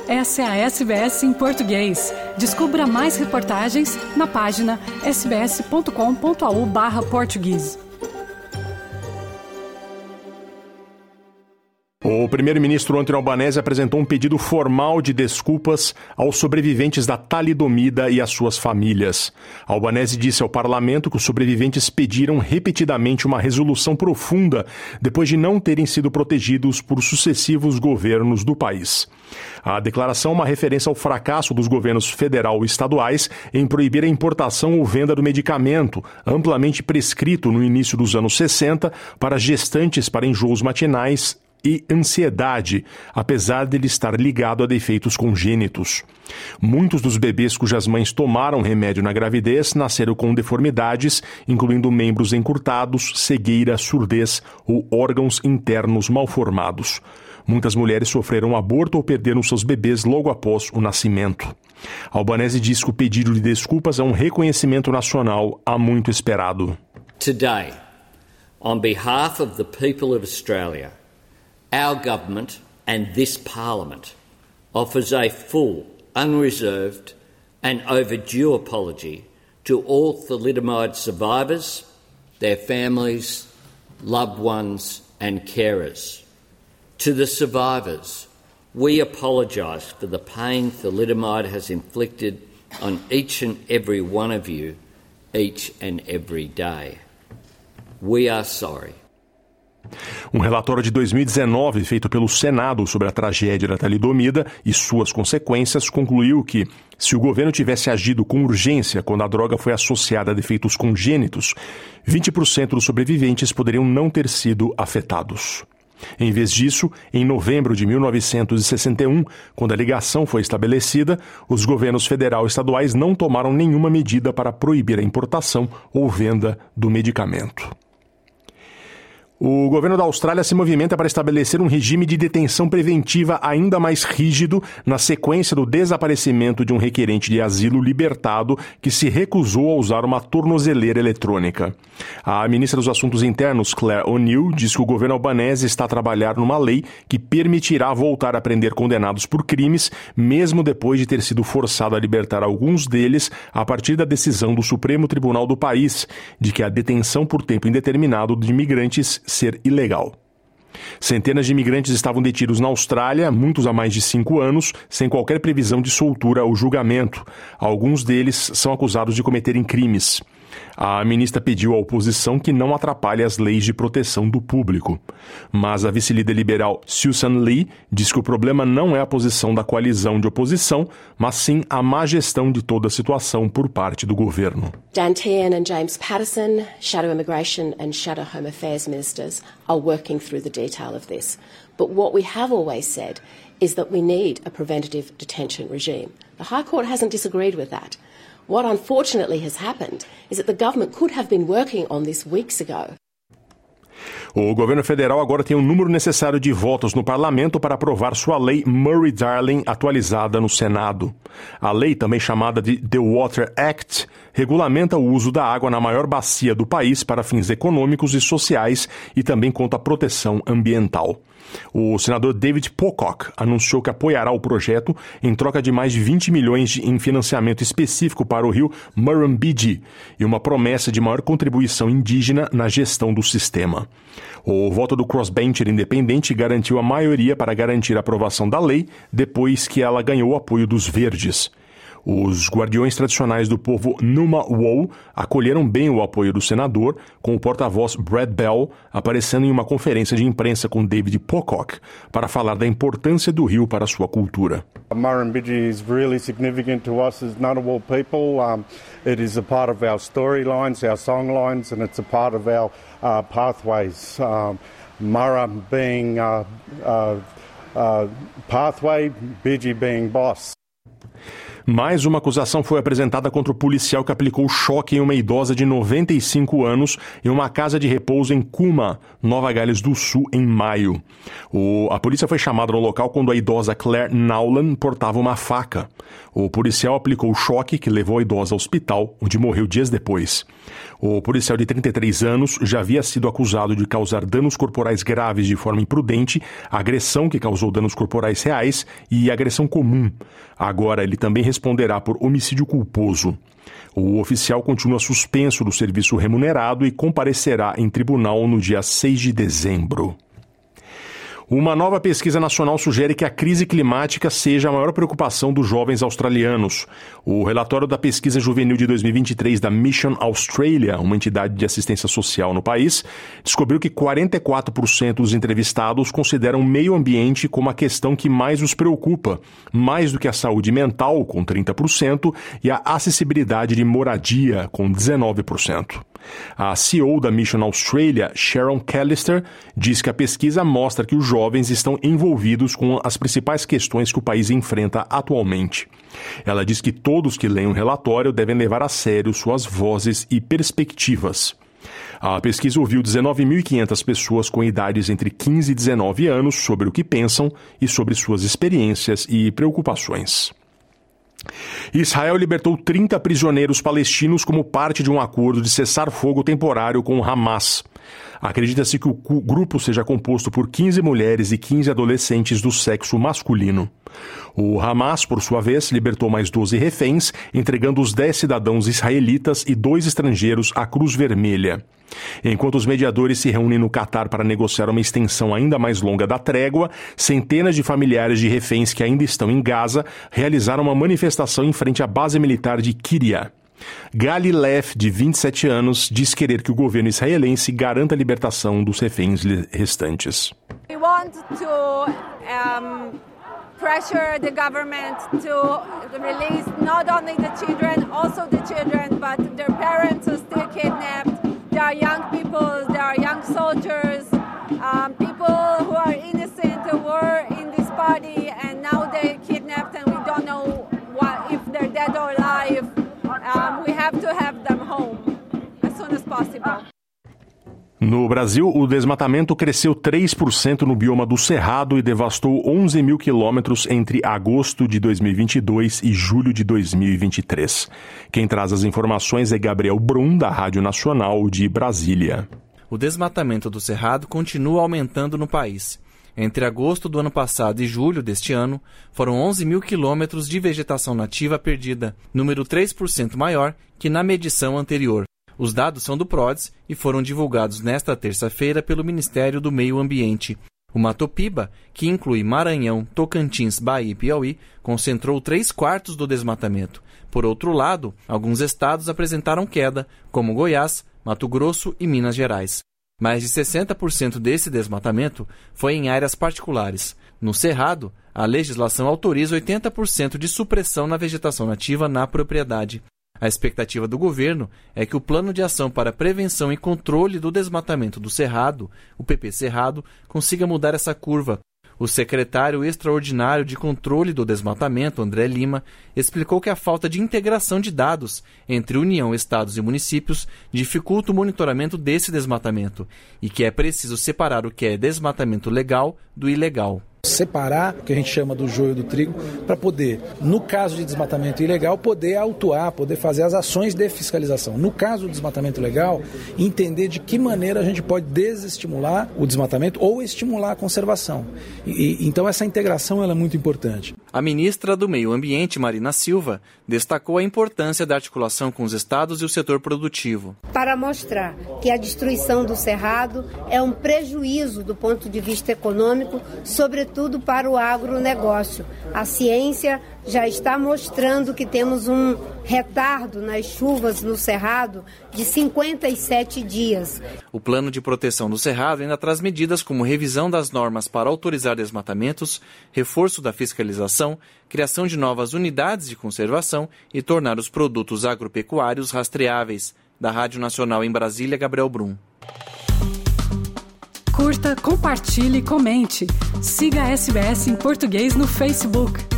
Essa é a SBS em português. Descubra mais reportagens na página sbs.com.au/português. O primeiro-ministro Anthony Albanese apresentou um pedido formal de desculpas aos sobreviventes da talidomida e às suas famílias. Albanese disse ao parlamento que os sobreviventes pediram repetidamente uma resolução profunda depois de não terem sido protegidos por sucessivos governos do país. A declaração é uma referência ao fracasso dos governos federal e estaduais em proibir a importação ou venda do medicamento, amplamente prescrito no início dos anos 60 para gestantes para enjoos matinais e ansiedade, apesar de ele estar ligado a defeitos congênitos. Muitos dos bebês cujas mães tomaram remédio na gravidez nasceram com deformidades, incluindo membros encurtados, cegueira, surdez ou órgãos internos mal formados. Muitas mulheres sofreram aborto ou perderam seus bebês logo após o nascimento. Albanese diz que o pedido de desculpas é um reconhecimento nacional há muito esperado. Today, on behalf of the people of Australia, our government and this parliament offers a full, unreserved and overdue apology to all thalidomide survivors, their families, loved ones and carers. To the survivors, we apologise for the pain thalidomide has inflicted on each and every one of you, each and every day. We are sorry. Um relatório de 2019 feito pelo Senado sobre a tragédia da talidomida e suas consequências concluiu que, se o governo tivesse agido com urgência quando a droga foi associada a defeitos congênitos, 20% dos sobreviventes poderiam não ter sido afetados. Em vez disso, em novembro de 1961, quando a ligação foi estabelecida, os governos federal e estaduais não tomaram nenhuma medida para proibir a importação ou venda do medicamento. O governo da Austrália se movimenta para estabelecer um regime de detenção preventiva ainda mais rígido na sequência do desaparecimento de um requerente de asilo libertado que se recusou a usar uma tornozeleira eletrônica. A ministra dos Assuntos Internos, Claire O'Neill, diz que o governo albanese está a trabalhar numa lei que permitirá voltar a prender condenados por crimes, mesmo depois de ter sido forçado a libertar alguns deles a partir da decisão do Supremo Tribunal do país de que a detenção por tempo indeterminado de imigrantes ser ilegal. Centenas de imigrantes estavam detidos na Austrália, muitos há mais de 5 anos, sem qualquer previsão de soltura ou julgamento. Alguns deles são acusados de cometerem crimes. A ministra pediu à oposição que não atrapalhe as leis de proteção do público. Mas a vice-líder liberal Susan Lee diz que o problema não é a posição da coalizão de oposição, mas sim a má gestão de toda a situação por parte do governo. Dan Tehan and James Paterson, Shadow Immigration and Shadow Home Affairs Ministers, are working through the detail of this. But what we have always said is that we need a preventative detention regime. The High Court hasn't disagreed with that. What unfortunately has happened is that the government could have been working on this weeks ago. O governo federal agora tem o número necessário de votos no parlamento para aprovar sua lei Murray-Darling atualizada no Senado. A lei, também chamada de The Water Act, regulamenta o uso da água na maior bacia do país para fins econômicos e sociais e também contra a proteção ambiental. O senador David Pocock anunciou que apoiará o projeto em troca de mais de 20 milhões em financiamento específico para o rio Murrumbidgee e uma promessa de maior contribuição indígena na gestão do sistema. O voto do crossbencher independente garantiu a maioria para garantir a aprovação da lei depois que ela ganhou o apoio dos verdes. Os guardiões tradicionais do povo Ngunnawal acolheram bem o apoio do senador, com o porta-voz Brad Bell aparecendo em uma conferência de imprensa com David Pocock para falar da importância do rio para a sua cultura. Murrumbidgee is really significant to us as Ngunnawal people. It is a part of our storylines, our songlines, and it's a part of our pathways. Murra being pathway, Bidgee being boss. Mais uma acusação foi apresentada contra o policial que aplicou choque em uma idosa de 95 anos em uma casa de repouso em Cooma, Nova Gales do Sul, em maio. A polícia foi chamada ao local quando a idosa Claire Nowlan portava uma faca. O policial aplicou o choque que levou a idosa ao hospital, onde morreu dias depois. O policial de 33 anos já havia sido acusado de causar danos corporais graves de forma imprudente, agressão que causou danos corporais reais e agressão comum. Agora ele também responderá por homicídio culposo. O oficial continua suspenso do serviço remunerado e comparecerá em tribunal no dia 6 de dezembro. Uma nova pesquisa nacional sugere que a crise climática seja a maior preocupação dos jovens australianos. O relatório da pesquisa juvenil de 2023 da Mission Australia, uma entidade de assistência social no país, descobriu que 44% dos entrevistados consideram o meio ambiente como a questão que mais os preocupa, mais do que a saúde mental, com 30%, e a acessibilidade de moradia, com 19%. A CEO da Mission Australia, Sharon Callister, diz que a pesquisa mostra que os jovens estão envolvidos com as principais questões que o país enfrenta atualmente. Ela diz que todos que leem o relatório devem levar a sério suas vozes e perspectivas. A pesquisa ouviu 19.500 pessoas com idades entre 15 e 19 anos sobre o que pensam e sobre suas experiências e preocupações. Israel libertou 30 prisioneiros palestinos como parte de um acordo de cessar-fogo temporário com o Hamas. Acredita-se que o grupo seja composto por 15 mulheres e 15 adolescentes do sexo masculino. O Hamas, por sua vez, libertou mais 12 reféns, entregando os 10 cidadãos israelitas e 2 estrangeiros à Cruz Vermelha. Enquanto os mediadores se reúnem no Catar para negociar uma extensão ainda mais longa da trégua, centenas de familiares de reféns que ainda estão em Gaza realizaram uma manifestação em frente à base militar de Kiryat. Gali Lev, de 27 anos, diz querer que o governo israelense garanta a libertação dos reféns restantes. We want to pressure the government to release not only the children, also the children, but their parents are still kidnapped. There are young people, there are young soldiers, people who are innocent who were in this party and now they're kidnapped and we don't know if they're dead or alive. We have to have them home as soon as possible. No Brasil, o desmatamento cresceu 3% no bioma do Cerrado e devastou 11 mil quilômetros entre agosto de 2022 e julho de 2023. Quem traz as informações é Gabriel Brum, da Rádio Nacional de Brasília. O desmatamento do Cerrado continua aumentando no país. Entre agosto do ano passado e julho deste ano, foram 11 mil quilômetros de vegetação nativa perdida, número 3% maior que na medição anterior. Os dados são do PRODES e foram divulgados nesta terça-feira pelo Ministério do Meio Ambiente. O Matopiba, que inclui Maranhão, Tocantins, Bahia e Piauí, concentrou 3/4 do desmatamento. Por outro lado, alguns estados apresentaram queda, como Goiás, Mato Grosso e Minas Gerais. Mais de 60% desse desmatamento foi em áreas particulares. No Cerrado, a legislação autoriza 80% de supressão na vegetação nativa na propriedade. A expectativa do governo é que o Plano de Ação para Prevenção e Controle do Desmatamento do Cerrado, o PP Cerrado, consiga mudar essa curva. O secretário extraordinário de Controle do Desmatamento, André Lima, explicou que a falta de integração de dados entre União, Estados e municípios dificulta o monitoramento desse desmatamento e que é preciso separar o que é desmatamento legal do ilegal. Separar o que a gente chama do joio do trigo para poder, no caso de desmatamento ilegal, poder autuar, poder fazer as ações de fiscalização. No caso do desmatamento legal, entender de que maneira a gente pode desestimular o desmatamento ou estimular a conservação. Então essa integração ela é muito importante. A ministra do Meio Ambiente, Marina Silva, destacou a importância da articulação com os estados e o setor produtivo. Para mostrar que a destruição do Cerrado é um prejuízo do ponto de vista econômico, sobretudo para o agronegócio. A ciência já está mostrando que temos um retardo nas chuvas no Cerrado de 57 dias. O Plano de Proteção do Cerrado ainda traz medidas como revisão das normas para autorizar desmatamentos, reforço da fiscalização, criação de novas unidades de conservação e tornar os produtos agropecuários rastreáveis. Da Rádio Nacional em Brasília, Gabriel Brum. Curta, compartilhe e comente. Siga a SBS em português no Facebook.